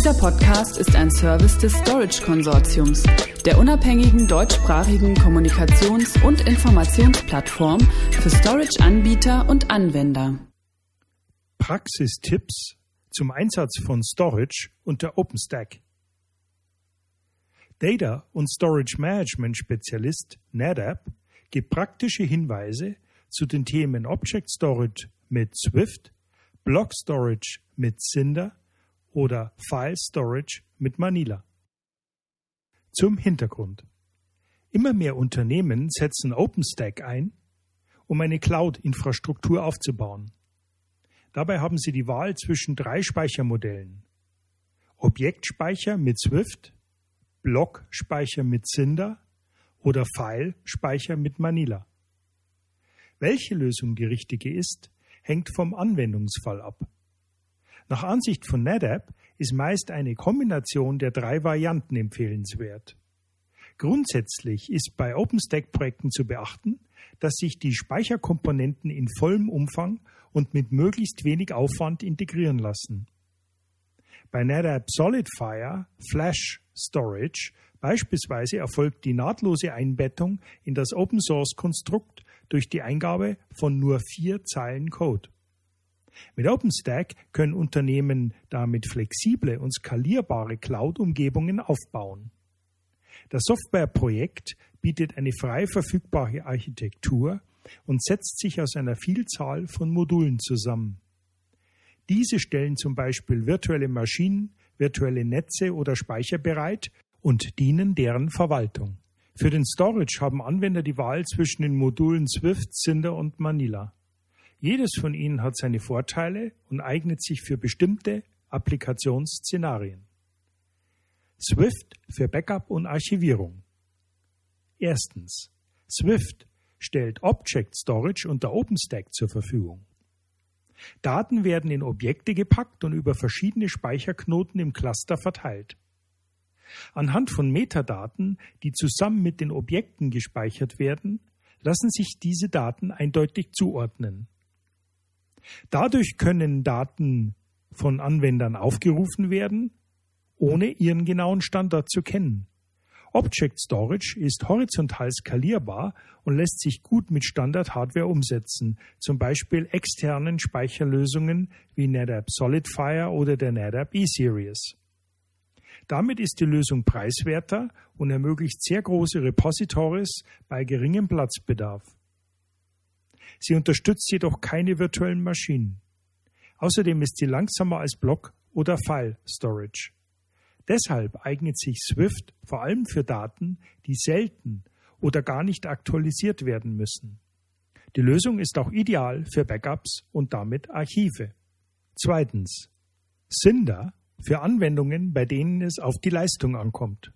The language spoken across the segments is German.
Dieser Podcast ist ein Service des Storage Konsortiums, der unabhängigen deutschsprachigen Kommunikations- und Informationsplattform für Storage-Anbieter und Anwender. Praxistipps zum Einsatz von Storage unter OpenStack. Data- und Storage Management Spezialist NetApp gibt praktische Hinweise zu den Themen Object Storage mit Swift, Block Storage mit Cinder oder File Storage mit Manila. Zum Hintergrund. Immer mehr Unternehmen setzen OpenStack ein, um eine Cloud-Infrastruktur aufzubauen. Dabei haben sie die Wahl zwischen 3 Speichermodellen: Objektspeicher mit Swift, Blockspeicher mit Cinder oder File-Speicher mit Manila. Welche Lösung die richtige ist, hängt vom Anwendungsfall ab. Nach Ansicht von NetApp ist meist eine Kombination der 3 Varianten empfehlenswert. Grundsätzlich ist bei OpenStack-Projekten zu beachten, dass sich die Speicherkomponenten in vollem Umfang und mit möglichst wenig Aufwand integrieren lassen. Bei NetApp SolidFire Flash Storage beispielsweise erfolgt die nahtlose Einbettung in das Open-Source-Konstrukt durch die Eingabe von nur 4 Zeilen Code. Mit OpenStack können Unternehmen damit flexible und skalierbare Cloud-Umgebungen aufbauen. Das Softwareprojekt bietet eine frei verfügbare Architektur und setzt sich aus einer Vielzahl von Modulen zusammen. Diese stellen zum Beispiel virtuelle Maschinen, virtuelle Netze oder Speicher bereit und dienen deren Verwaltung. Für den Storage haben Anwender die Wahl zwischen den Modulen Swift, Cinder und Manila. Jedes von ihnen hat seine Vorteile und eignet sich für bestimmte Applikationsszenarien. Swift für Backup und Archivierung. Erstens. Swift stellt Object Storage unter OpenStack zur Verfügung. Daten werden in Objekte gepackt und über verschiedene Speicherknoten im Cluster verteilt. Anhand von Metadaten, die zusammen mit den Objekten gespeichert werden, lassen sich diese Daten eindeutig zuordnen. Dadurch können Daten von Anwendern aufgerufen werden, ohne ihren genauen Standort zu kennen. Object Storage ist horizontal skalierbar und lässt sich gut mit Standard-Hardware umsetzen, zum Beispiel externen Speicherlösungen wie NetApp SolidFire oder der NetApp E-Series. Damit ist die Lösung preiswerter und ermöglicht sehr große Repositories bei geringem Platzbedarf. Sie unterstützt jedoch keine virtuellen Maschinen. Außerdem ist sie langsamer als Block- oder File-Storage. Deshalb eignet sich Swift vor allem für Daten, die selten oder gar nicht aktualisiert werden müssen. Die Lösung ist auch ideal für Backups und damit Archive. Zweitens. Cinder für Anwendungen, bei denen es auf die Leistung ankommt.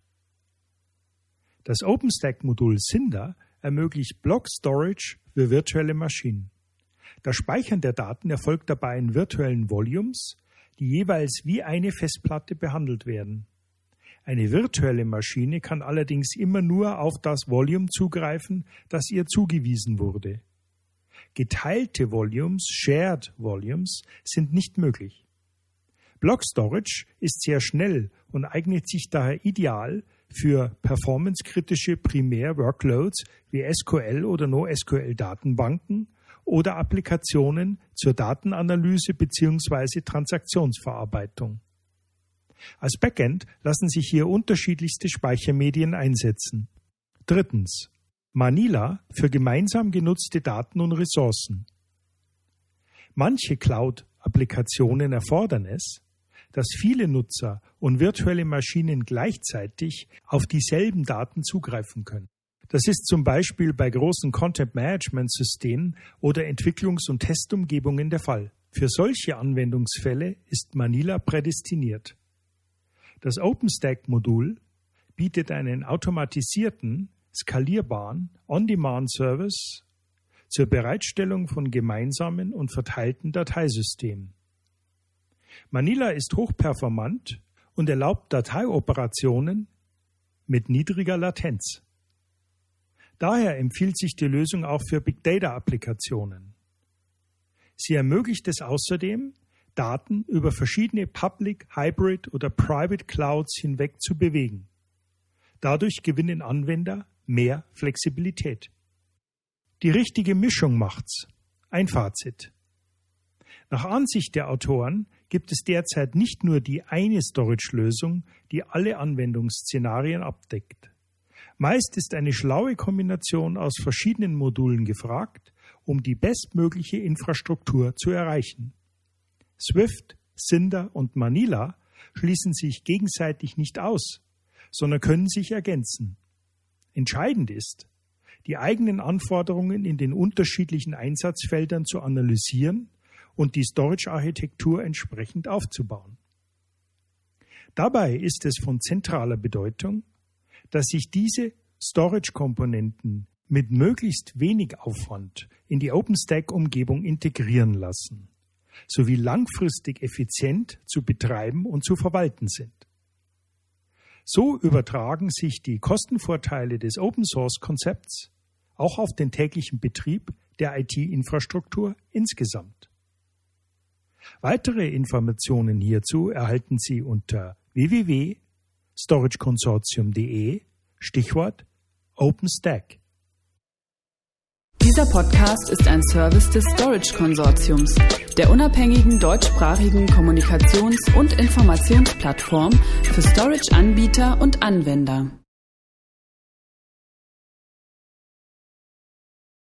Das OpenStack-Modul Cinder ermöglicht Block Storage für virtuelle Maschinen. Das Speichern der Daten erfolgt dabei in virtuellen Volumes, die jeweils wie eine Festplatte behandelt werden. Eine virtuelle Maschine kann allerdings immer nur auf das Volume zugreifen, das ihr zugewiesen wurde. Geteilte Volumes, Shared Volumes, sind nicht möglich. Block Storage ist sehr schnell und eignet sich daher ideal für performancekritische Primär-Workloads wie SQL oder NoSQL-Datenbanken oder Applikationen zur Datenanalyse bzw. Transaktionsverarbeitung. Als Backend lassen sich hier unterschiedlichste Speichermedien einsetzen. Drittens. Manila für gemeinsam genutzte Daten und Ressourcen. Manche Cloud-Applikationen erfordern es, dass viele Nutzer und virtuelle Maschinen gleichzeitig auf dieselben Daten zugreifen können. Das ist zum Beispiel bei großen Content-Management-Systemen oder Entwicklungs- und Testumgebungen der Fall. Für solche Anwendungsfälle ist Manila prädestiniert. Das OpenStack-Modul bietet einen automatisierten, skalierbaren On-Demand-Service zur Bereitstellung von gemeinsamen und verteilten Dateisystemen. Manila ist hochperformant und erlaubt Dateioperationen mit niedriger Latenz. Daher empfiehlt sich die Lösung auch für Big Data Applikationen. Sie ermöglicht es außerdem, Daten über verschiedene Public, Hybrid oder Private Clouds hinweg zu bewegen. Dadurch gewinnen Anwender mehr Flexibilität. Die richtige Mischung macht's. Ein Fazit. Nach Ansicht der Autoren gibt es derzeit nicht nur die eine Storage-Lösung, die alle Anwendungsszenarien abdeckt. Meist ist eine schlaue Kombination aus verschiedenen Modulen gefragt, um die bestmögliche Infrastruktur zu erreichen. Swift, Cinder und Manila schließen sich gegenseitig nicht aus, sondern können sich ergänzen. Entscheidend ist, die eigenen Anforderungen in den unterschiedlichen Einsatzfeldern zu analysieren und die Storage-Architektur entsprechend aufzubauen. Dabei ist es von zentraler Bedeutung, dass sich diese Storage-Komponenten mit möglichst wenig Aufwand in die OpenStack-Umgebung integrieren lassen, sowie langfristig effizient zu betreiben und zu verwalten sind. So übertragen sich die Kostenvorteile des Open-Source-Konzepts auch auf den täglichen Betrieb der IT-Infrastruktur insgesamt. Weitere Informationen hierzu erhalten Sie unter www.storageconsortium.de, Stichwort OpenStack. Dieser Podcast ist ein Service des Storage Konsortiums, der unabhängigen deutschsprachigen Kommunikations- und Informationsplattform für Storage-Anbieter und Anwender.